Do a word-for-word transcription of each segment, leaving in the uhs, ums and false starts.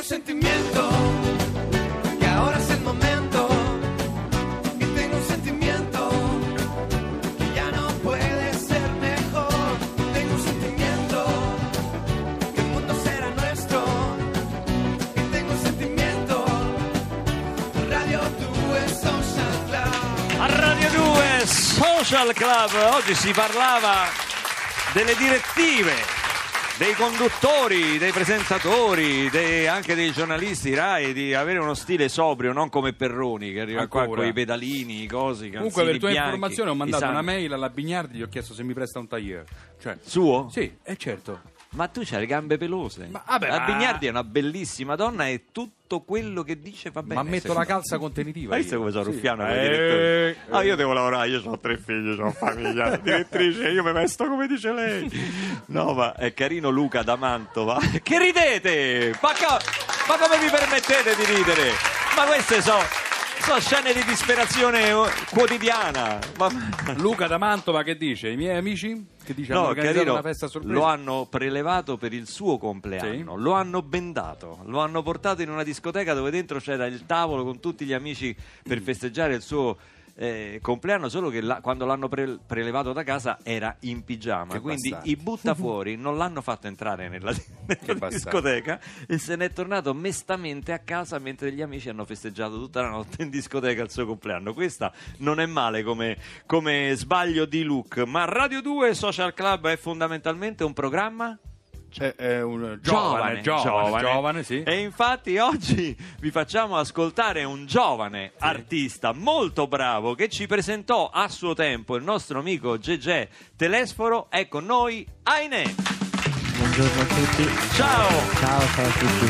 sentimiento que ahora es el momento. Y tengo un sentimiento que ya no puede ser mejor. Tengo un sentimiento que el mundo será nuestro. Y tengo un sentimiento. Radio due Social Club. A Radio due Social Club oggi si parlava delle direttive, dei conduttori, dei presentatori, dei, anche dei giornalisti Rai, di avere uno stile sobrio, non come Perroni che arriva Ancora. qua con i pedalini, i cosi, Comunque, per tua bianchi, informazione, ho mandato i una santi. mail alla Bignardi, gli ho chiesto se mi presta un tailleur. Cioè, Suo? sì, è certo. Ma tu c'hai le gambe pelose. Ma, vabbè, la ma- Bignardi è una bellissima donna e tutto quello che dice va bene. Ma metto secondo la calza contenitiva. Hai visto io. come sono Sì. ruffiano con i Eh, direttori? Ah, eh. io devo lavorare, io ho tre figli, ho famiglia, la direttrice, io mi vesto come dice lei. No, ma è carino Luca da Mantova. Che ridete? Ma, co- ma come vi permettete di ridere? Ma queste sono so scene di disperazione eh, quotidiana. Ma... Luca da Mantova che dice? I miei amici? Che dice hanno No, organizzato carino, una festa sorpresa. lo hanno prelevato per il suo compleanno, Sì. lo hanno bendato, lo hanno portato in una discoteca dove dentro c'era il tavolo con tutti gli amici per festeggiare il suo eh, compleanno, solo che la- quando l'hanno pre- prelevato da casa era in pigiama, Che quindi bastardi. i buttafuori non l'hanno fatto entrare nella, nella bastardi. discoteca e se n'è tornato mestamente a casa mentre gli amici hanno festeggiato tutta la notte in discoteca il suo compleanno. Questa non è male come, come sbaglio di look, ma Radio due Social Club è fondamentalmente un programma È, è un giovane, giovane, giovane, sì. e infatti oggi vi facciamo ascoltare un giovane artista molto bravo che ci presentò a suo tempo il nostro amico Gegè Telesforo. È con noi Ainè. Buongiorno a tutti. Ciao. Ciao, ciao a tutti.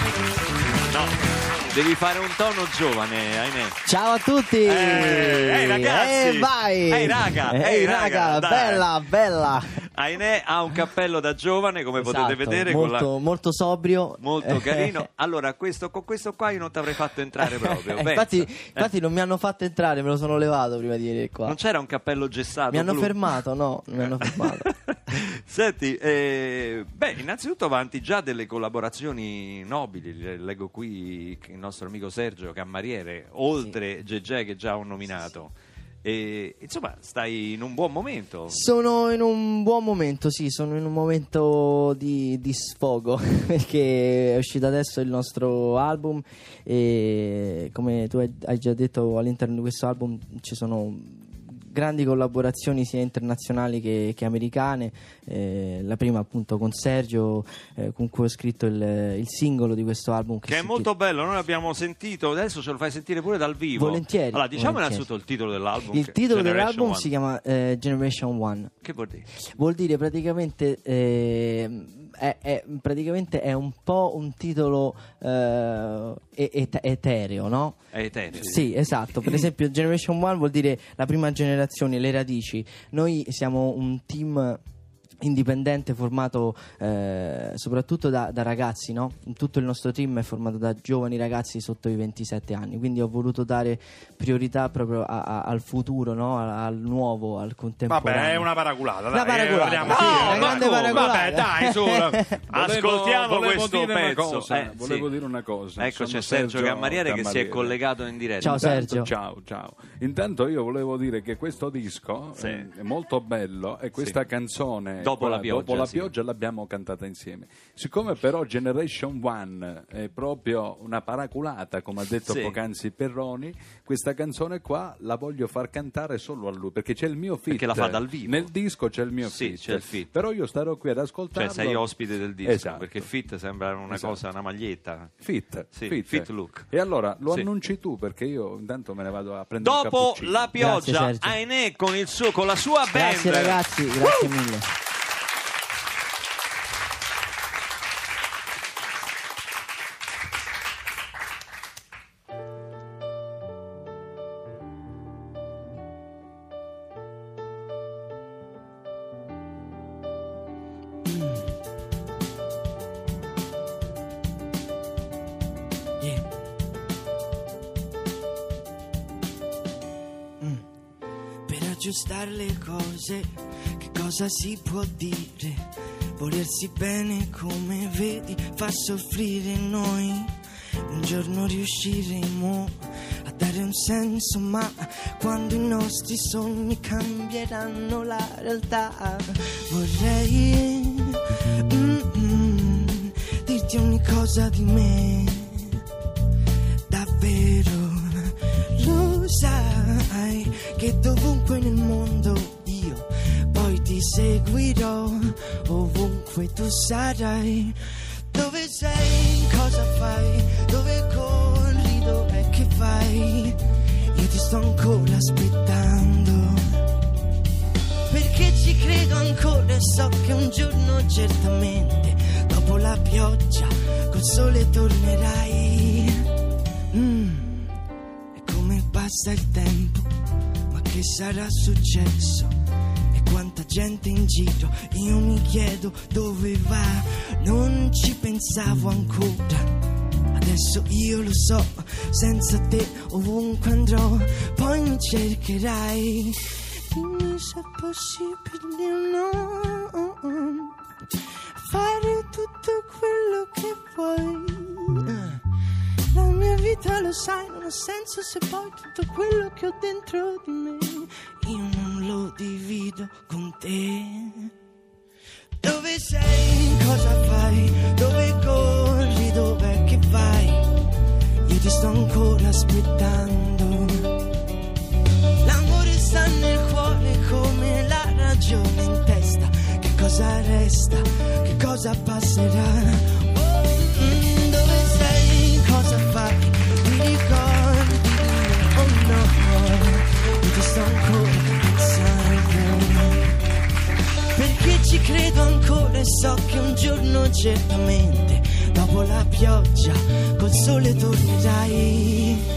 No, devi fare un tono giovane, Ainè. Ciao a tutti. Eh, ehi, ragazzi. Eh, vai. Ehi, raga. Ehi, Ehi, raga, raga, dai. bella, bella. Ainè ha un cappello da giovane, come potete Esatto, vedere, con molto, la... molto sobrio. molto carino. Allora, questo, con questo qua io non ti avrei fatto entrare proprio. Eh, pensa. infatti, Eh, infatti non mi hanno fatto entrare, me lo sono levato prima di venire qua. non c'era un cappello gessato Mi hanno blu? fermato, no, non mi hanno fermato. Senti, eh, beh, innanzitutto avanti già delle collaborazioni nobili. Le- Leggo qui che il nostro amico Sergio Cammariere, oltre Gegè che già ho nominato. E, insomma, stai in un buon momento. Sono in un buon momento, sì, sono in un momento di, di sfogo perché è uscito adesso il nostro album e come tu hai hai già detto all'interno di questo album ci sono grandi collaborazioni sia internazionali che, che americane, eh, la prima appunto con Sergio eh, con cui ho scritto il, il singolo di questo album Che è si molto bello, noi l'abbiamo sentito, adesso ce lo fai sentire pure dal vivo. Volentieri, Allora, diciamo volentieri. innanzitutto il titolo dell'album. il che- titolo Generation dell'album One. si chiama eh, Generation One. Che vuol dire? Vuol dire praticamente eh, è, è- praticamente è un po' un titolo eh, e- et- etereo, no? È etereo. Sì, esatto. Per esempio Generation One vuol dire la prima generazione, le radici. Noi siamo un team indipendente formato eh, soprattutto da, da ragazzi, no? Tutto il nostro team è formato da giovani ragazzi sotto i ventisette anni, quindi ho voluto dare priorità proprio a- a- al futuro, no? al, al nuovo, al contemporaneo. Vabbè, è una paraculata. Una dai, paraculata. eh, parliamo- Sì, No, una ma grande come? paraculata. Vabbè, dai, su. Volevo- Ascoltiamo volevo questo dire una pezzo. cosa, Eh, volevo sì. dire una cosa. Ecco, Sono c'è Sergio Cammariere che si è Cammariere. collegato in diretta. Ciao, Intanto- Sergio. Ciao, ciao. Intanto io volevo dire che questo disco Sì. eh, è molto bello e questa Sì. canzone Dopo la quella- pioggia, dopo la sì. pioggia l'abbiamo cantata insieme. Siccome però Generation One è proprio una paraculata, come ha detto Sì. poc'anzi Perroni, questa canzone qua la voglio far cantare solo a lui, perché c'è il mio feat. Perché la fa dal vivo. Nel disco c'è il mio Sì, feat. c'è il feat. Però io starò qui ad ascoltarlo. Cioè, sei ospite del disco, Esatto. perché fit sembra una Esatto. cosa, una maglietta. Fit, Sì, fit. fit look. E allora lo Sì. annunci tu, perché io intanto me ne vado a prendere un Dopo cappuccino. la pioggia, Grazie, Sergio. Ainè con, il suo, con la sua band. Grazie ragazzi, grazie mille. Yeah. Mm. Per aggiustare le cose, che cosa si può dire? Volersi bene come vedi fa soffrire noi. giorno riusciremo a dare un senso, ma quando i nostri sogni cambieranno la realtà, vorrei mm-mm, dirti ogni cosa di me, davvero. Lo sai che dovunque nel mondo io poi ti seguirò, ovunque tu sarai. Dove sei? Cosa fai? Dove corri? Dov'è che vai? Io ti sto ancora aspettando, perché ci credo ancora e so che un giorno certamente dopo la pioggia col sole tornerai. Mm. E come passa il tempo, ma che sarà successo? E quanta gente in giro, io mi chiedo dove va. Non ci pensavo ancora, adesso io lo so, senza te ovunque andrò, poi mi cercherai. Dimmi se è possibile o no fare tutto quello che vuoi. La mia vita, lo sai, non ha senso se poi tutto quello che ho dentro di me io non lo divido con te. Dove sei? Cosa fai? Dove corri? Dov'è che vai? Io ti sto ancora aspettando. L'amore sta nel cuore come la ragione in testa. Che cosa resta? Che cosa passerà? Oh, mm, dove sei? Cosa fai? Mi ricordi di me? Oh no, io ti sto ancora pensando, perché ci credo ancora e so che un giorno certamente dopo la pioggia col sole tornerai.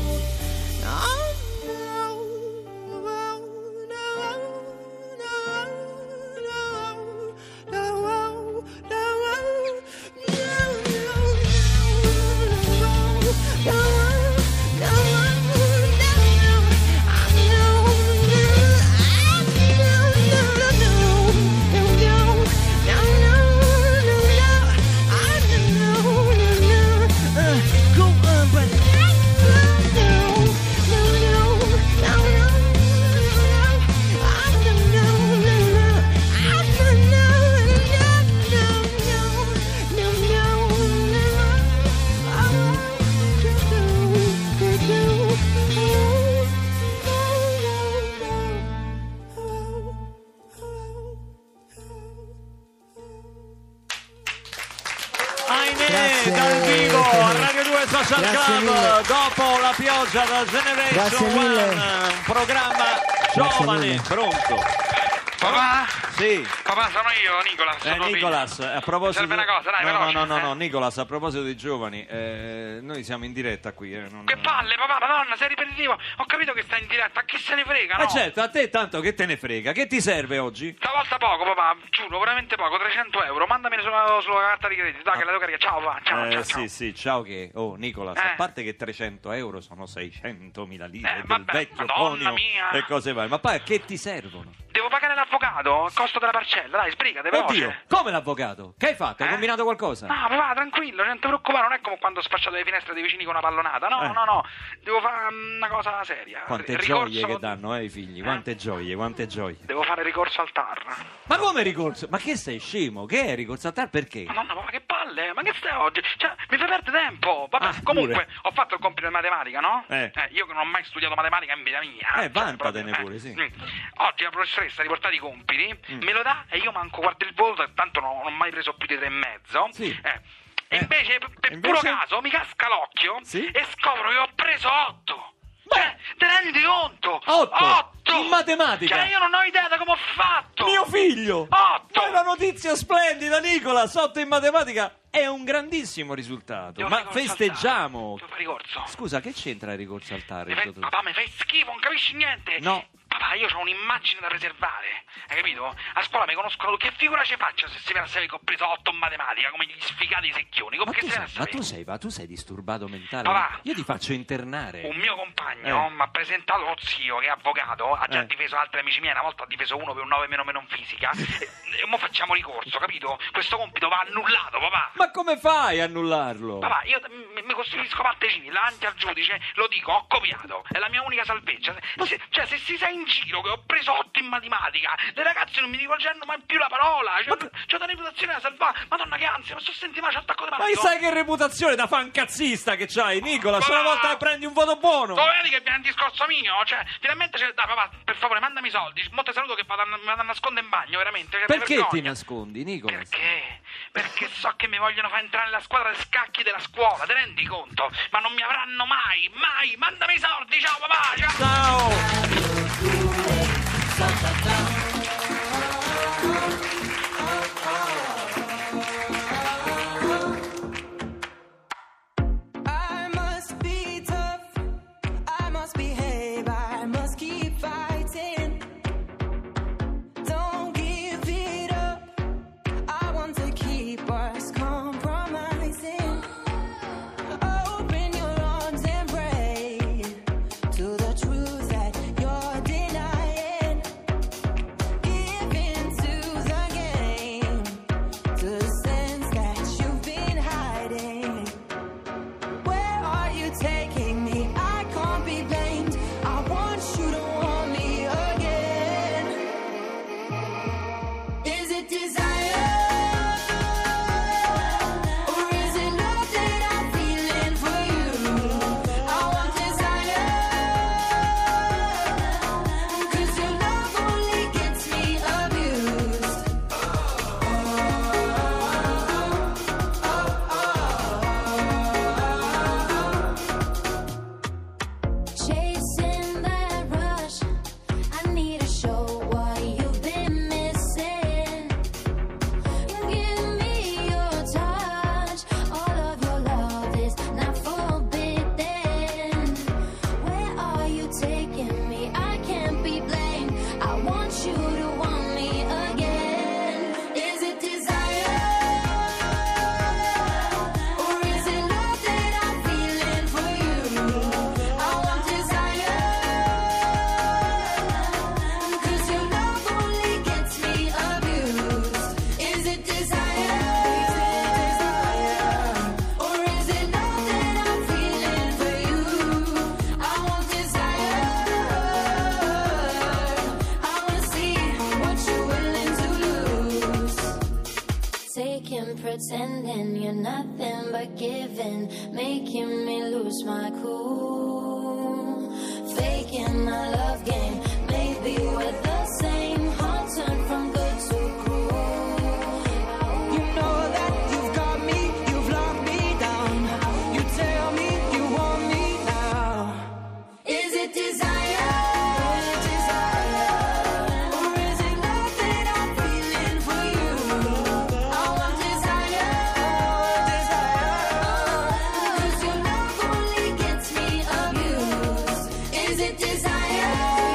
Ahimè, dal vivo a Radio due Social Grazie Club, mille. dopo la pioggia da Generation Grazie mille. One, un programma giovane, mille. pronto. Papà? Sì. Papà, sono io, Nicolas. Eh, sono Nicolas, figlio. a proposito... Mi serve una cosa, dai, no, no, veloce, no, no, eh. no, Nicolas, a proposito dei giovani, eh, noi siamo in diretta qui. Eh, non... Che palle, papà, madonna, sei ripetitivo. Ho capito che stai in diretta, a chi se ne frega, no? Ma certo, a te tanto che te ne frega, che ti serve oggi? Stavolta poco, papà, giuro, veramente poco, trecento euro. Mandamene sulla, sulla carta di credito, dai, che la devo caricare. Ciao, papà, ciao, Eh, ciao, sì, ciao. sì, ciao che... Oh, Nicolas, Eh. a parte che trecento euro sono seicentomila lire Eh, del vabbè, vecchio madonna conio mia. e cose varie, ma poi a che ti servono? Devo pagare l'avvocato, a costo della parcella, dai, sbrigate, veloce. Oddio, come l'avvocato? Che hai fatto? Hai Eh? combinato qualcosa? No, papà, tranquillo, non ti preoccupare, non è come quando ho sfasciato le finestre dei vicini con una pallonata. No, Eh. no, no, devo fare una cosa seria. Quante Ricorso- gioie che danno, eh, i figli, quante gioie, quante gioie. Devo fare ricorso al T A R. Ma come ricorso? Ma che sei scemo? Che è ricorso a te? Perché? Madonna, papà, che palle, ma che stai oggi? Cioè, mi fai perdere tempo. Vabbè, Ah, comunque, pure. ho fatto il compito di matematica, no? Eh. io che non ho mai studiato matematica in vita mia. Eh, vantatene proprio, pure, sì. Mm. Oggi la professoressa ha riportato i compiti, me lo dà e io manco guardo il voto, e tanto non, non ho mai preso più di tre e mezzo. Sì. Eh. E Eh. invece, per per Invece? puro caso, mi casca l'occhio Sì. e scopro che ho preso otto. Cioè, te ne rendi conto? Otto? Otto! In matematica? Cioè, io non ho idea di come ho fatto. Mio figlio! Otto! Ma è una notizia splendida, Nicola! Sotto in matematica è un grandissimo risultato. Devo Ma fare ricorso al festeggiamo! T A R. Devo fare ricorso. Scusa, che c'entra il ricorso al T A R? Mi fai- sotto- papà, mi fai schifo, non capisci niente. No. papà, io ho un'immagine da preservare, hai capito? A scuola mi conoscono, che figura ci faccio se si viene a sapere che ho preso otto in matematica, come gli sfigati secchioni? Ma Che tu, si viene a sei, ma sapere? tu sei, ma tu sei disturbato mentale? Papà. Io ti faccio internare. Un mio compagno Eh. mi ha presentato lo zio che è avvocato, ha già Eh. difeso altri amici miei, una volta ha difeso uno per un nove meno meno in fisica, e, e mo facciamo ricorso, capito? Questo compito va annullato, papà. Ma come fai a annullarlo? Papà, io mi, mi costituisco parte civile davanti al giudice, lo dico, ho copiato, è la mia unica salvezza. Se, se- cioè, se si sa in giro che ho preso otto in matematica, le ragazze non mi rivolgeranno mai più la parola, cioè, c'ho una reputazione da salvare, madonna che ansia, non sto sentendo mai, c'ho attacco di Ma panico. sai che reputazione da fancazzista che c'hai, Nicola? Una Papà! volta che prendi un voto buono. Lo vedi che viene un discorso mio? Cioè, finalmente c'è. Dai, papà, per favore, mandami i soldi. Mo te saluto che vado a, mi vado a nascondere in bagno, veramente. Cioè, mi Perché ti vergogno. nascondi, Nicola? Perché? Perché so che mi vogliono far entrare nella squadra di scacchi della scuola, te rendi conto? Ma non mi avranno mai, mai! Mandami i soldi, ciao papà! Ciao! Ciao! I must be tough, I must behave, I must keep fighting. Don't give it up, I want to keep us compromising. Open your arms and pray to the truth that you're denying. Give into the game, to the sense that you've been hiding. Where are you taking me? I can't be blamed. I want you to want me again. Is it desire? Or is it love that I'm feeling for you? I want desire. 'Cause your love only gets me abused. Chasing that rush, I need to show what you've been missing. Give me your touch, all of your love is not forbidden. Where are you taking me? I can't be blamed. I want you to want me again. Is it desire? Or is it love that I'm feeling for you? I want desire, 'cause your love only gets me abused. Is it desire? Or is it love that I'm feeling for you? I want desire, I wanna see what you're willing to lose. Taking, pretending you're nothing but giving, making me lose my cool. Faking my love game, maybe we're the same. Heart turned from good to cruel. You know that you've got me, you've locked me down. You tell me you want me now. Is it desire? Or is it love that I'm feeling for you? I want desire, 'cause your love only gets me abused. Is it desire?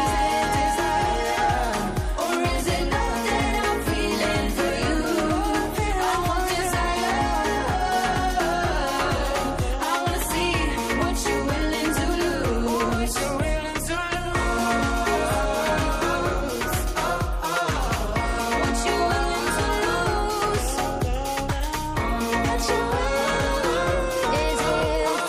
Or is it love that I'm feeling for you? I want desire, I wanna see what you're willing to lose. What you're willing to lose. What you're willing to lose. What you're willing. Is it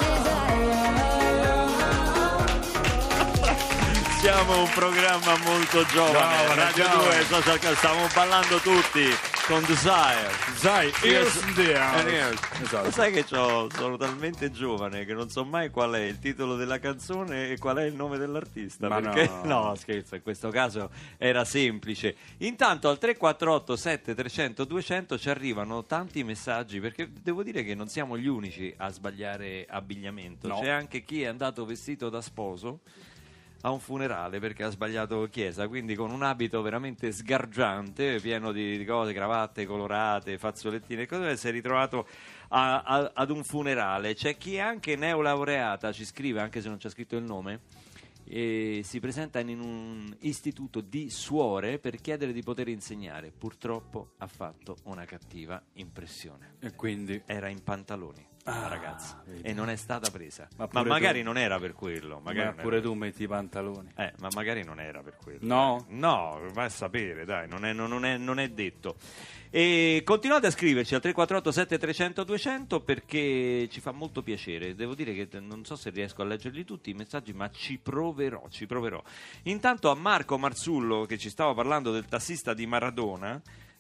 desire? Siamo un programma molto giovane. Giovane, Radio giovane. due, Social Club, stiamo ballando tutti con Desire. Sai, Ears in the house. and ears. Esatto. Lo sai che c'ho- sono talmente giovane che non so mai qual è il titolo della canzone e qual è il nome dell'artista. Ma perché no. no, scherzo, in questo caso era semplice. Intanto al tre quattro otto sette trecento duecento ci arrivano tanti messaggi, perché devo dire che non siamo gli unici a sbagliare abbigliamento. No. C'è anche chi è andato vestito da sposo a un funerale perché ha sbagliato chiesa, quindi con un abito veramente sgargiante, pieno di, di cose, cravatte colorate, fazzolettine e cose, si è ritrovato a- a- ad un funerale. C'è chi è anche neolaureata, ci scrive, anche se non c'è scritto il nome, e si presenta in un istituto di suore per chiedere di poter insegnare. Purtroppo ha fatto una cattiva impressione. E quindi Era in pantaloni la Ah, ragazza vedi. e non è stata presa. Ma Ma, pure magari tu. non era per quello. Magari ma non pure era- tu metti i pantaloni. Eh, ma magari non era per quello. No? No, vai a sapere, dai, non è, non- non è- non è detto. E continuate a scriverci al tre quattro otto sette tre zero zero due zero zero perché ci fa molto piacere. Devo dire che non so se riesco a leggerli tutti i messaggi, ma ci proverò, ci proverò. Intanto a Marco Marzullo, che ci stava parlando del tassista di Maradona,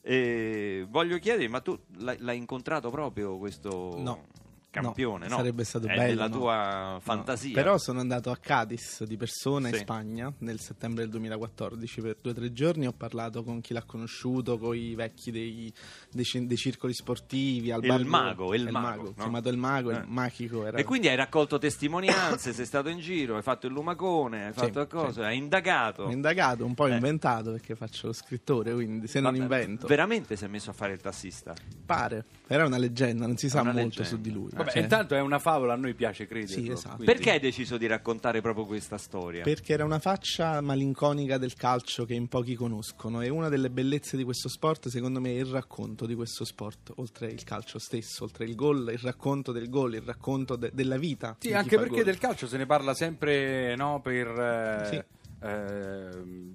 eh, voglio chiedere, ma tu l'hai, l'hai incontrato proprio questo... No. campione, no? Sarebbe stato È bello, nella no. tua No, fantasia. Però sono andato a Cadiz di persona in Sì. Spagna nel settembre del duemilaquattordici per due o tre giorni. Ho parlato con chi l'ha conosciuto, con i vecchi dei, dei, cin- dei circoli sportivi. Al Il bar- mago, il mago, no? chiamato il mago, Eh. il magico. Era... E quindi hai raccolto testimonianze, sei stato in giro, hai fatto il lumacone, hai Sì, fatto cose, sì. hai indagato. Ho indagato, un po' Eh. inventato perché faccio lo scrittore, quindi se non Vabbè, invento. Veramente si è messo a fare il tassista? Pare, era una leggenda, non si sa una molto leggenda. su di lui. Vabbè, Cioè, intanto è una favola, a noi piace crederlo. Sì, esatto. quindi- Perché hai deciso di raccontare proprio questa storia? Perché era una faccia malinconica del calcio che in pochi conoscono, e una delle bellezze di questo sport secondo me è il racconto di questo sport, oltre il calcio stesso, oltre il gol, il racconto del gol, il racconto de- della vita. Sì, di chi anche fa perché gol. del calcio se ne parla sempre, no, per eh, Sì. eh,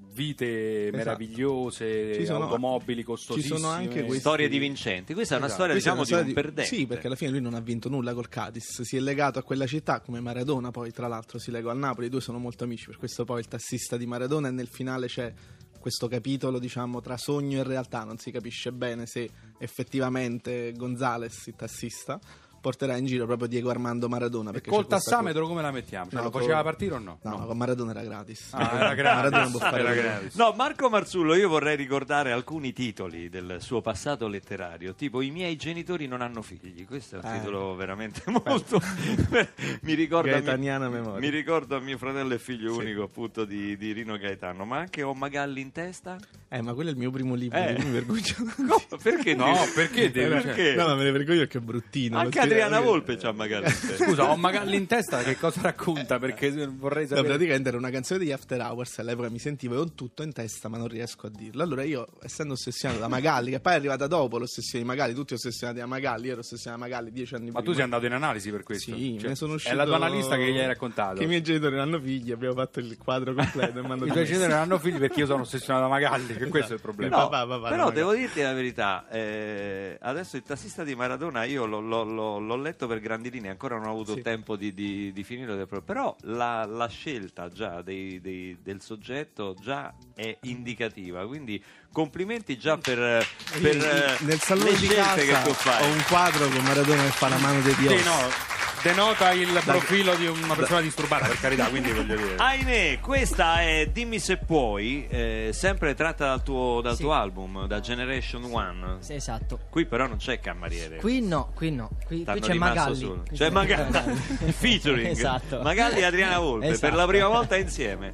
vite meravigliose, Ci sono- automobili ci costosissime. sono anche questi- Storie di vincenti. Questa è una Esatto. storia, Questa è diciamo, una di un storia perdente. Sì, perché alla fine lui non ha vinto nulla col Cadiz, si è legato a quella città come Maradona, poi tra l'altro si legò al Napoli, i due sono molto amici, per questo poi il tassista di Maradona, e nel finale c'è questo capitolo, diciamo, tra sogno e realtà, non si capisce bene se effettivamente Gonzales, il tassista, porterà in giro proprio Diego Armando Maradona. E Perché col c'è questa tassametro come la mettiamo? Cioè, No, lo col- faceva partire o no? cosa- No, ma con Maradona era gratis. Ah, era gratis. Maradona non può fare Era quello. gratis. No, Marco Marzullo, io vorrei ricordare alcuni titoli del suo passato letterario, tipo I miei genitori non hanno figli. Questo è un Eh. titolo veramente molto... mi, ricorda Gaetaniana mio... memoria. mi ricorda a mio fratello e figlio Sì. unico, appunto, di, di Rino Gaetano. Ma anche Ho Magalli in testa? Eh, ma quello è il mio primo libro, Eh. io mi vergogno. No, perché No, devi- perché devi- Perché? No, ma me ne vergogno perché è bruttino. Anche lo scrive- Adriana Volpe c'ha Magalli in testa. Scusa, ho Magalli in testa, che cosa racconta? Perché vorrei No, sapere. praticamente era una canzone degli After Hours, all'epoca mi sentivo e ho tutto in testa ma non riesco a dirlo. Allora io, essendo ossessionato da Magalli, che poi è arrivata dopo l'ossessione di Magalli, tutti ossessionati da Magalli, io ero ossessionato da Magalli dieci anni Ma prima. tu sei andato in analisi per questo? Sì, Cioè, me ne sono uscito. È la tua analista che gli hai raccontato. Che i miei genitori non hanno figli, abbiamo fatto il quadro completo e mi hanno I tuoi dimesso. genitori non hanno figli perché io sono ossessionato da Magalli, che questo è il problema. No, Papà, papà, però no, devo dirti la verità, eh, adesso il tassista di Maradona io l'ho, l'ho- l'ho- l'ho letto per grandi linee, ancora non ho avuto Sì. tempo di, di, di finirlo, però la, la scelta già dei- dei- del soggetto già è indicativa, quindi complimenti già per, per Io, eh, nel salone le di scelte che tu casa fai. ho un quadro con Maradona che fa la mano di Dio. Sì, no, denota il profilo di una persona disturbata, per carità, quindi voglio dire. Ahimè, questa è Dimmi se puoi, eh, sempre tratta dal tuo, dal Sì. tuo album, da Generation One. Sì, esatto. Qui però non c'è Cameriere. Qui no, qui no. Qui, T'hanno qui c'è rimasto Magalli. solo. Qui C'è Magalli. Magalli. Featuring Esatto. Magalli e Adriana Volpe per Esatto. la prima volta insieme.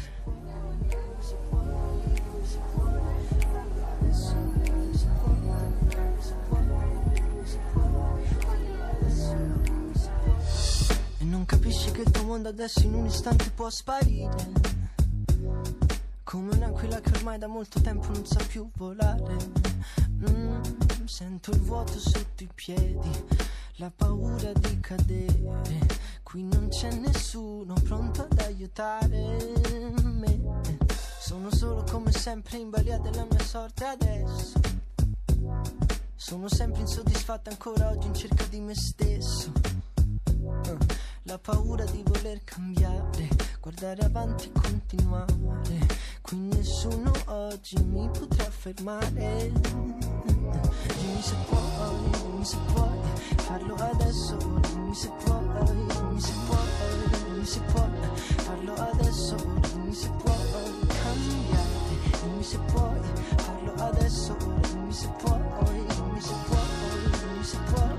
E non capisci che il tuo mondo adesso in un istante può sparire. Come un'aquila che ormai da molto tempo non sa più volare. Mm, sento il vuoto sotto i piedi, la paura di cadere. Qui non c'è nessuno pronto ad aiutare me. Sono solo come sempre in balia della mia sorte adesso. Sono sempre insoddisfatta ancora oggi in cerca di me stesso. La paura di voler cambiare, guardare avanti e continuare. Qui nessuno oggi mi potrà fermare. Dimmi se puoi, dimmi se puoi farlo adesso. Dimmi se puoi, dimmi se puoi, dimmi se puoi farlo adesso. Dimmi se puoi cambiare. Dimmi se puoi farlo adesso. Dimmi se puoi, dimmi se puoi, dimmi se puoi.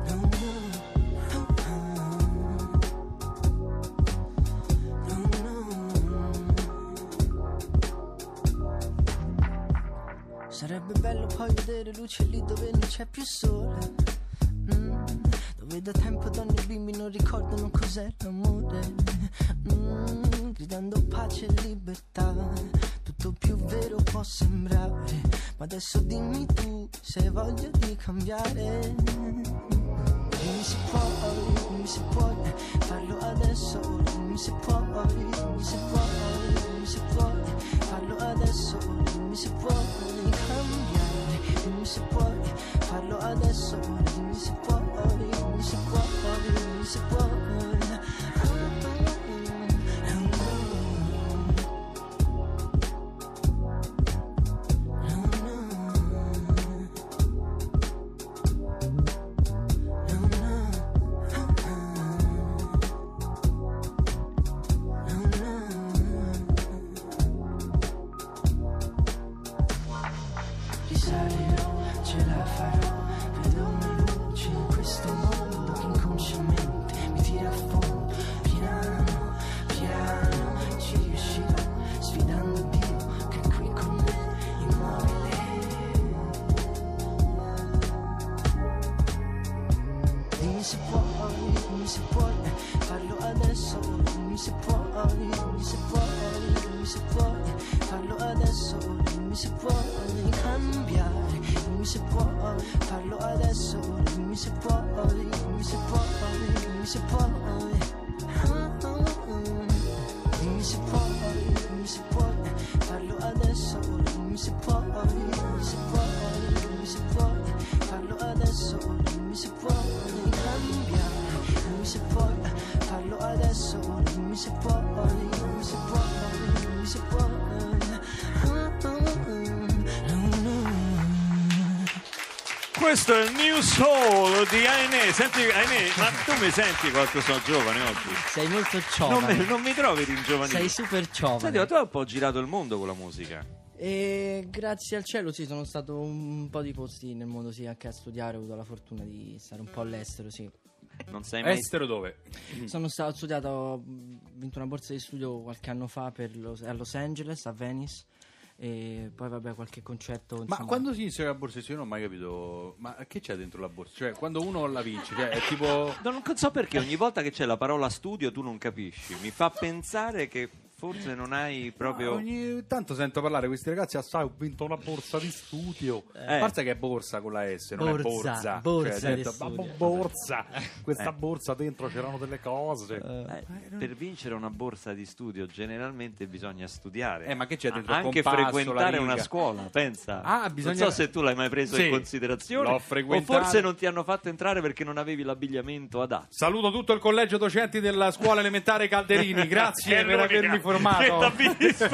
No, no. Sarebbe bello poi vedere luce lì dove non c'è più sole, mm, dove da tempo donne e bimbi non ricordano cos'è l'amore, mm, gridando pace e libertà. Tutto più vero può sembrare, ma adesso dimmi tu se hai voglia di cambiare. Dimmi se puoi, dimmi se puoi farlo adesso, dimmi se puoi, dimmi se puoi, dimmi se puoi farlo adesso, dimmi se puoi cambiare, dimmi se puoi farlo adesso, dimmi se puoi, dimmi se puoi, dimmi se puoi. Risalirò, ce la farò, vedo una luce in questo mondo che inconsciamente mi tira a fondo, piano, piano, ci riuscirò, sfidando Dio che è qui con me, immobile. Dimmi se puoi, dimmi se puoi farlo adesso, dimmi se puoi, dimmi se puoi, dimmi se puoi farlo adesso, dimmi se puoi cambiare, dimmi se puoi farlo adesso, dimmi se puoi, dimmi se puoi, dimmi se puoi, dimmi se puoi, dimmi se puoi farlo adesso, dimmi se puoi, dimmi se puoi, dimmi se puoi farlo adesso, dimmi se puoi cambiare, dimmi se puoi farlo adesso, dimmi se puoi, dimmi se puoi, dimmi se puoi. Questo è il New Soul di Ainè. Senti, Ainè, ma tu mi senti quanto sono giovane oggi? Sei molto Non giovane. mi, non mi trovi ringiovanito? Sei super giovane. Senti, ma tu hai un po' girato il mondo con la musica. E grazie al cielo sì, sono stato un po' di posti nel mondo, sì, anche a studiare, ho avuto la fortuna di stare un po' all'estero, sì. Non sei mai... Estero dove? Sono stato ho studiato, ho vinto una borsa di studio qualche anno fa per Los, a Los Angeles, a Venice, e poi vabbè qualche concetto, Ma insomma. quando si inizia la borsa, io non ho mai capito. Ma che c'è dentro la borsa? Cioè, quando uno la vince, cioè, è tipo. Non so perché ogni volta che c'è la parola studio tu non capisci. Mi fa pensare che forse non hai proprio... Ogni tanto sento parlare questi ragazzi, ah, sai, ho vinto una borsa di studio. Eh. A parte che è borsa con la S, non è Borsa, borsa. borsa Cioè, di detto, studio. "Ma borsa, questa Eh. borsa dentro c'erano delle cose. Eh, per vincere una borsa di studio generalmente bisogna studiare. Eh, ma che c'è dentro? Anche Il compasso, frequentare la una riga. scuola, pensa. Ah, bisogna- Non so se tu l'hai mai preso Sì, in considerazione l'ho o frequentato. forse non ti hanno fatto entrare perché non avevi l'abbigliamento adatto. Saluto tutto il collegio docenti della scuola elementare Calderini, grazie Che per l'unica avermi che formato. t'ha visto.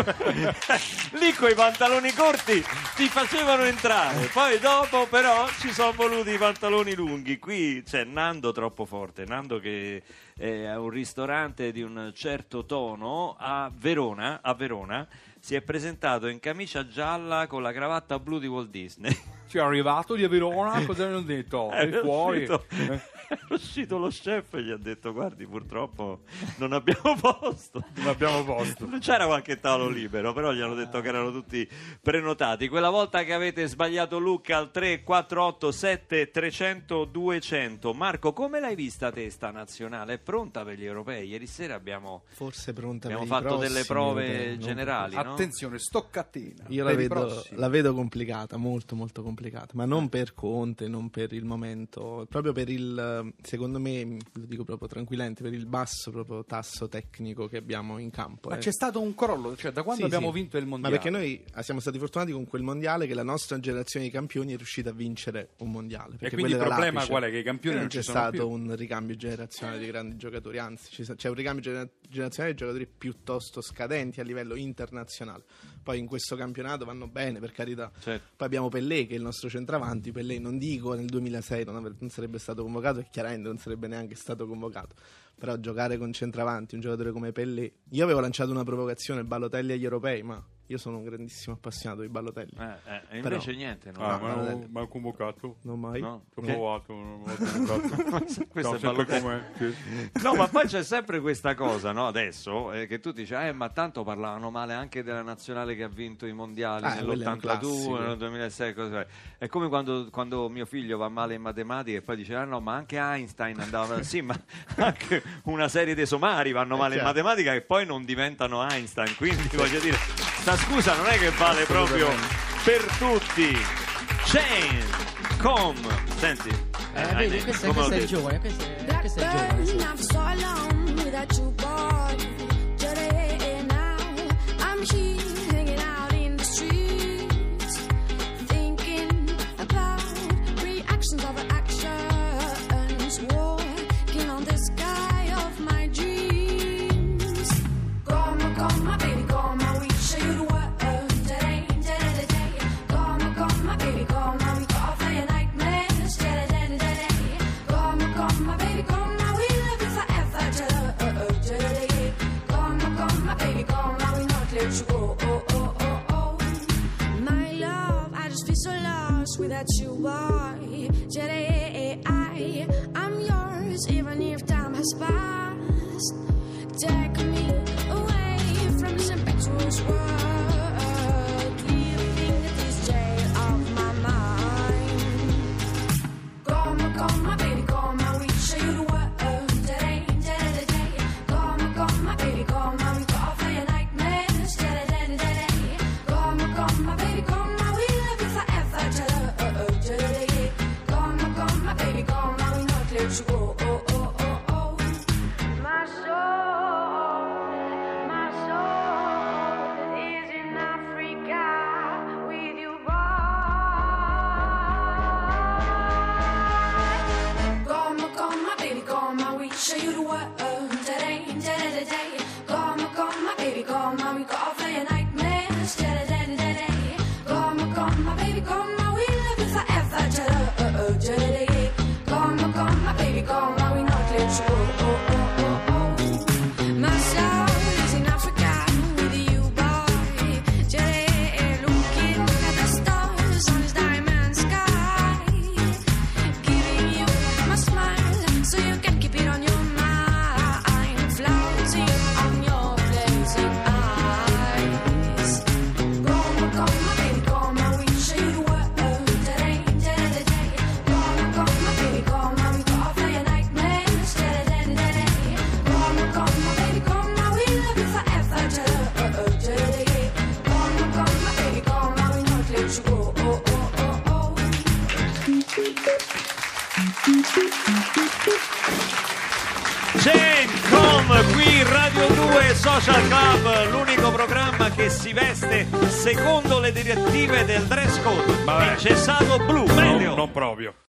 Lì coi pantaloni corti ti facevano entrare, poi dopo però ci sono voluti i pantaloni lunghi. Qui c'è Nando troppo forte, Nando che è a un ristorante di un certo tono a Verona, a Verona si è presentato in camicia gialla con la cravatta blu di Walt Disney. Ci è arrivato di Verona, cosa hanno detto? È È fuori. uscito, è uscito lo chef e gli ha detto: guardi, purtroppo non abbiamo posto. Non abbiamo posto. C'era qualche tavolo libero, però gli hanno detto che erano tutti prenotati. Quella volta che avete sbagliato look al tre quattro otto sette trecento duecento. Marco, come l'hai vista te sta nazionale? È pronta per gli europei? Ieri sera abbiamo, Forse pronta abbiamo per i fatto prossimi delle prove europei, non- generali, no? Attenzione, sto catena. Io la Per i vedo, prossimi. la vedo complicata, molto molto complicata, ma non per Conte, non per il momento, proprio per il, secondo me, lo dico proprio tranquillamente, per il basso proprio tasso tecnico che abbiamo in campo. Ma eh. c'è stato un crollo, cioè da quando Sì, abbiamo sì. vinto il Ma mondiale? perché noi siamo stati fortunati con quel mondiale che la nostra generazione di campioni è riuscita a vincere un mondiale. E perché quindi il quello era problema l'apice. qual è? Che i campioni E non c'è ci sono stato più. un ricambio generazionale di grandi giocatori, anzi ci sa- c'è un ricambio gener- generazionale di giocatori piuttosto scadenti a livello internazionale. Poi in questo campionato vanno bene, per carità. Certo. Poi abbiamo Pellè che è il nostro centravanti. Pellè, non dico nel duemilasei non, avre- non sarebbe stato convocato, e chiaramente non sarebbe neanche stato convocato. Però giocare con centravanti un giocatore come Pellè. Io avevo lanciato una provocazione, Balotelli agli europei, ma Io sono un grandissimo appassionato di ballotelli. Eh, eh, e invece Però- niente, no? Ah, No, ma no, non mi ha convocato. Non mai? No? Ho Che? provato, non mi ha convocato. Questo No, è sempre ballotello. come... sì. No, ma poi c'è sempre questa cosa, no? Adesso eh, che tu dici, eh, ma tanto parlavano male anche della nazionale che ha vinto i mondiali Ah, quello è un nell'ottantadue, classico. nel duemilasei. Cos'è? È come quando, quando mio figlio va male in matematica e poi dice, ah no, ma anche Einstein andava. Sì, ma anche una serie di somari vanno male in certo. matematica e poi non diventano Einstein. Quindi voglio dire, sta scusa non è che vale proprio per tutti. Chain, com, senti. Eh, eh, vedi, eh, questo, come ho questo è detto. giovane, questo è, questo è giovane. Sì. Blackburn, I've so long without you, boy. Today now, I'm here hanging out in the streets, thinking about reactions of actions, walking on the sky of my dreams. Come, come, baby, come, we show you the world. Today, today, today. Come, come, baby, come, we go off your nightmares. Today, today, today. Come, come, baby, come, we love you forever. Today, today. Come, come, baby, come, we not let you go. Oh, oh, oh, oh. My love, I just feel so lost without you, boy. Today, I, I'm yours, even if time has passed. Take me away from this impetuous world, living in this jail of my mind. Come, come, baby, come, we show you the world. Today, today, today. Come, come, baby, come, we go off your nightmares. Today, today, today. Come, come, baby, come, we love you forever. Today, today. Come, come, baby, come, we not let you go. Oh, oh, oh, oh. My soul, my soul is in Africa with you, boy. Come, come, baby, come, we show you the world. Today, today, today. Come, come, baby, come, we go off your nightmares. Today, today, today. Come, come, baby, come, we love you forever. Today, today. Come, come, baby, come, we not let you go. Oh, oh, oh, oh. My soul is in Africa with you, boy. Today, looking at the stars on this diamond sky, giving you my smile so you can keep it on your mind, floating on your blazing eyes. Come, come, baby, come, we show you the world. Today, today, today. Come, come, baby, come, we go off your nightmares. Today, today, today. Come, come, baby, come, we love you forever. Today, today. Come, come, baby, come, we not let you go. Oh, oh, oh, oh. Gencom qui Radio due Social Club, l'unico programma che si veste secondo le direttive del dress code. Vabbè. Il cessato blu, No, meglio. non proprio.